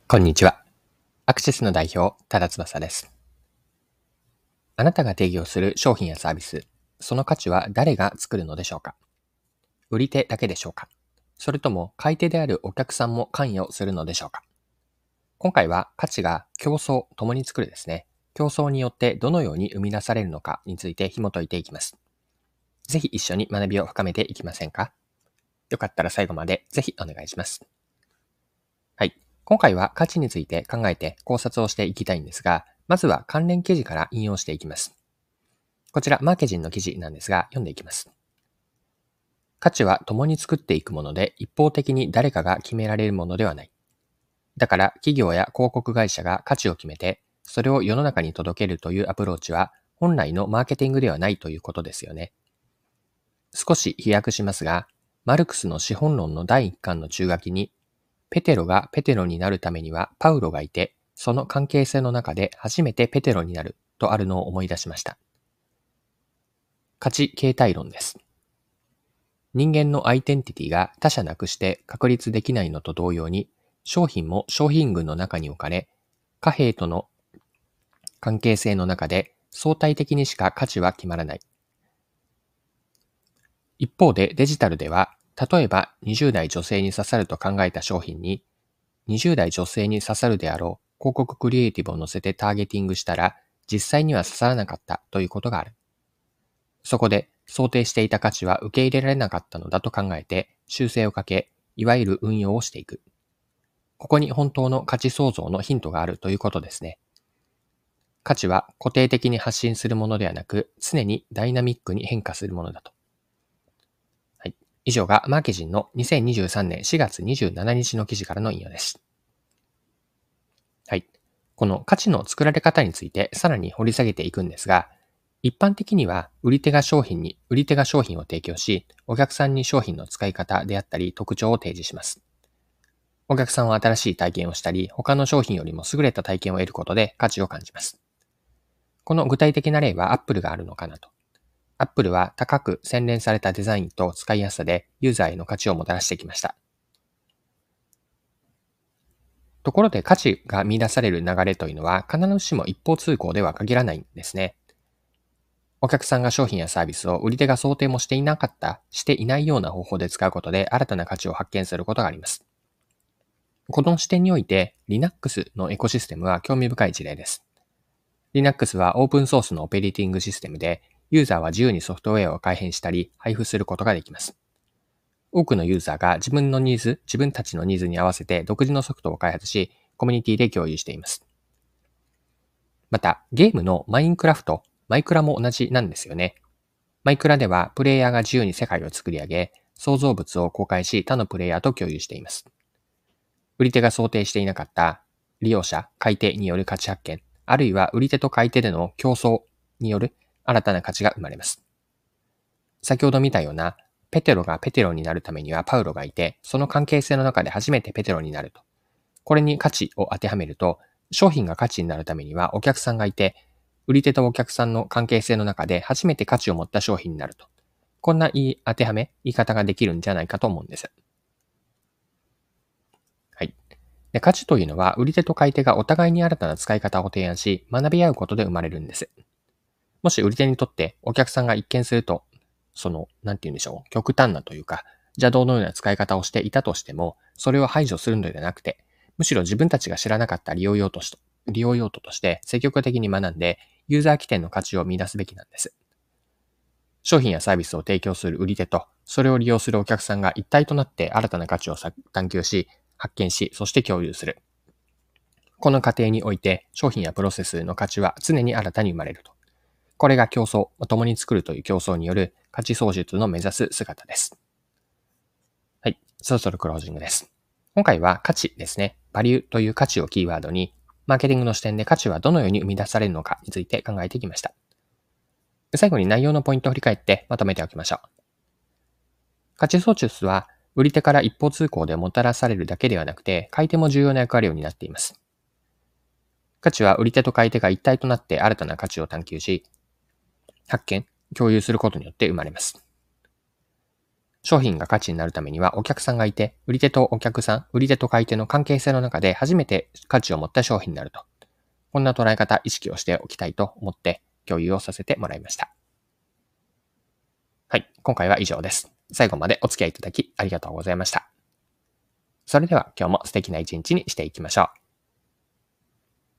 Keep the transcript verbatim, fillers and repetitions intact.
こんにちは。アクシスの代表、多田翼です。あなたが提供する商品やサービス、その価値は誰が作るのでしょうか？売り手だけでしょうか？それとも買い手であるお客さんも関与するのでしょうか？今回は価値が競争、共に作るですね。競争によってどのように生み出されるのかについて紐解いていきます。ぜひ一緒に学びを深めていきませんか？よかったら最後までぜひお願いします。はい。今回は価値について考えて考察をしていきたいんですが、まずは関連記事から引用していきます。こちら、マーケジンの記事なんですが、読んでいきます。価値は共に作っていくもので、一方的に誰かが決められるものではない。だから、企業や広告会社が価値を決めて、それを世の中に届けるというアプローチは、本来のマーケティングではないということですよね。少し飛躍しますが、マルクスの資本論のだいいっかんの中書きに、ペテロがペテロになるためにはパウロがいて、その関係性の中で初めてペテロになるとあるのを思い出しました。価値形態論です。人間のアイデンティティが他者なくして確立できないのと同様に、商品も商品群の中に置かれ、貨幣との関係性の中で相対的にしか価値は決まらない。一方でデジタルでは、例えばにじゅう代女性に刺さると考えた商品に、にじゅう代女性に刺さるであろう広告クリエイティブを載せてターゲティングしたら、実際には刺さらなかったということがある。そこで想定していた価値は受け入れられなかったのだと考えて修正をかけ、いわゆる運用をしていく。ここに本当の価値創造のヒントがあるということですね。価値は固定的に発信するものではなく、常にダイナミックに変化するものだと。はい。以上がマーケジンのにせんにじゅうさんねんしがつにじゅうしちにちの記事からの引用です。はい。この価値の作られ方についてさらに掘り下げていくんですが、一般的には売り手が商品に、売り手が商品を提供し、お客さんに商品の使い方であったり特徴を提示します。お客さんは新しい体験をしたり、他の商品よりも優れた体験を得ることで価値を感じます。この具体的な例は Apple があるのかなと。Apple は高く洗練されたデザインと使いやすさでユーザーへの価値をもたらしてきました。ところで価値が見出される流れというのは必ずしも一方通行では限らないんですね。お客さんが商品やサービスを売り手が想定もしていなかった、していないような方法で使うことで新たな価値を発見することがあります。この視点において Linux のエコシステムは興味深い事例です。Linux はオープンソースのオペレーティングシステムで、ユーザーは自由にソフトウェアを改変したり、配布することができます。多くのユーザーが自分のニーズ、自分たちのニーズに合わせて独自のソフトを開発し、コミュニティで共有しています。また、ゲームのマインクラフト、マイクラも同じなんですよね。マイクラではプレイヤーが自由に世界を作り上げ、創造物を公開し他のプレイヤーと共有しています。売り手が想定していなかった利用者、買い手による価値発見、あるいは売り手と買い手での競争による新たな価値が生まれます。先ほど見たような、ペテロがペテロになるためにはパウロがいて、その関係性の中で初めてペテロになると。これに価値を当てはめると、商品が価値になるためにはお客さんがいて、売り手とお客さんの関係性の中で初めて価値を持った商品になると。こんな言い当てはめ、言い方ができるんじゃないかと思うんです。はい。で、価値というのは、売り手と買い手がお互いに新たな使い方を提案し、学び合うことで生まれるんです。もし売り手にとってお客さんが一見すると、その、なんて言うんでしょう、極端なというか、邪道のような使い方をしていたとしても、それを排除するのではなくて、むしろ自分たちが知らなかった利用用途と利用用途として積極的に学んで、ユーザー起点の価値を見出すべきなんです。商品やサービスを提供する売り手と、それを利用するお客さんが一体となって新たな価値を探求し、発見し、そして共有する。この過程において、商品やプロセスの価値は常に新たに生まれると。これが競争、共に作るという競争による価値創出の目指す姿です。はい、そろそろクロージングです。今回は価値ですね。バリューという価値をキーワードに、マーケティングの視点で価値はどのように生み出されるのかについて考えてきました。最後に内容のポイントを振り返ってまとめておきましょう。価値創出は、売り手から一方通行でもたらされるだけではなくて、買い手も重要な役割を担っています。価値は売り手と買い手が一体となって新たな価値を探求し、発見、共有することによって生まれます。 商品が価値になるためにはお客さんがいて、売り手とお客さん、売り手と買い手の関係性の中で初めて価値を持った商品になると。こんな捉え方、意識をしておきたいと思って共有をさせてもらいました。はい、今回は以上です。最後までお付き合いいただきありがとうございました。それでは今日も素敵な一日にしていきましょう。